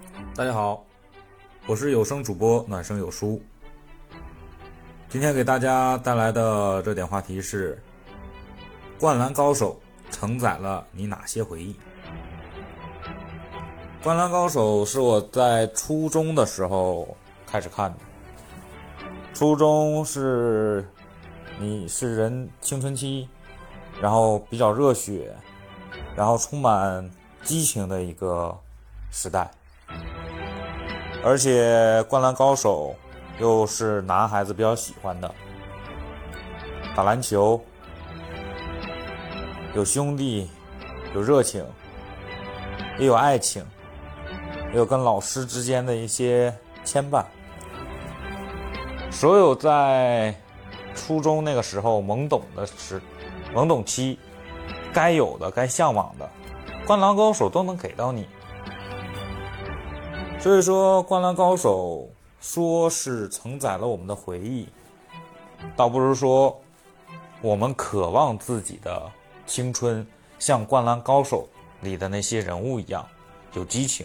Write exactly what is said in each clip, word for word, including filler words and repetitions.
大家好，我是有声主播暖声有书。今天给大家带来的热点话题是灌篮高手承载了你哪些回忆。灌篮高手是我在初中的时候开始看的。初中是你是人青春期，然后比较热血，然后充满激情的一个时代。而且灌篮高手又是男孩子比较喜欢的，打篮球有兄弟，有热情，也有爱情，也有跟老师之间的一些牵绊。所有在初中那个时候懵懂的时懵懂期该有的该向往的，灌篮高手都能给到你。所以说灌篮高手说是承载了我们的回忆，倒不如说我们渴望自己的青春像灌篮高手里的那些人物一样有激情。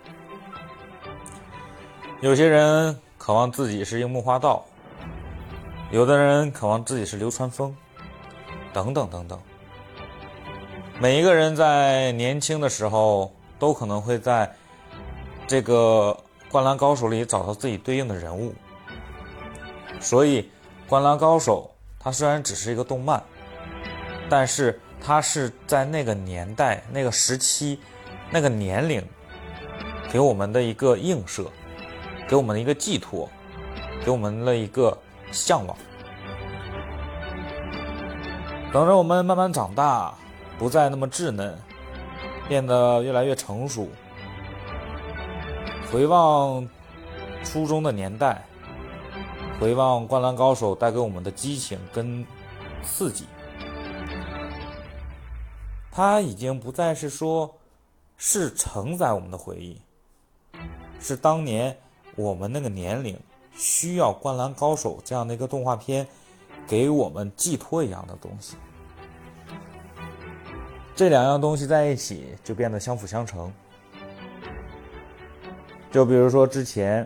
有些人渴望自己是樱木花道，有的人渴望自己是流川枫，等等等等。每一个人在年轻的时候都可能会在这个灌篮高手里找到自己对应的人物。所以灌篮高手它虽然只是一个动漫，但是它是在那个年代那个时期那个年龄给我们的一个映射，给我们的一个寄托，给我们的一个向往。等着我们慢慢长大，不再那么稚嫩，变得越来越成熟，回望初中的年代，回望灌篮高手带给我们的激情跟刺激，它已经不再是说是承载我们的回忆，是当年我们那个年龄需要灌篮高手这样的一个动画片给我们寄托一样的东西。这两样东西在一起就变得相辅相成。就比如说之前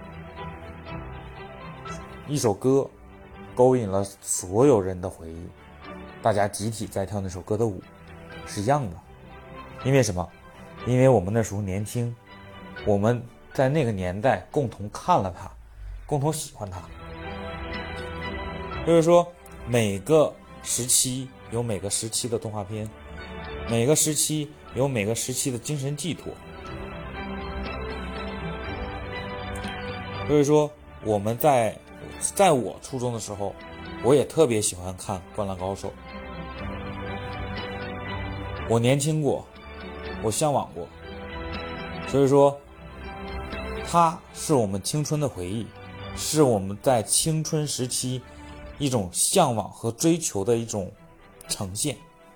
一首歌勾引了所有人的回忆，大家集体在跳那首歌的舞，是一样的。因为什么？因为我们那时候年轻，我们在那个年代共同看了它，共同喜欢它。就是说每个时期有每个时期的动画片，每个时期有每个时期的精神寄托。所以说我们在在我初中的时候，我也特别喜欢看灌篮高手。我年轻过，我向往过，所以说它是我们青春的回忆，是我们在青春时期一种向往和追求的一种呈现。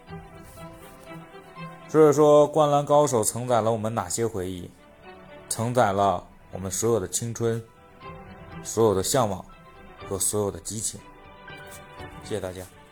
所以说灌篮高手承载了我们哪些回忆？承载了我们所有的青春，所有的向往和所有的激情。谢谢大家。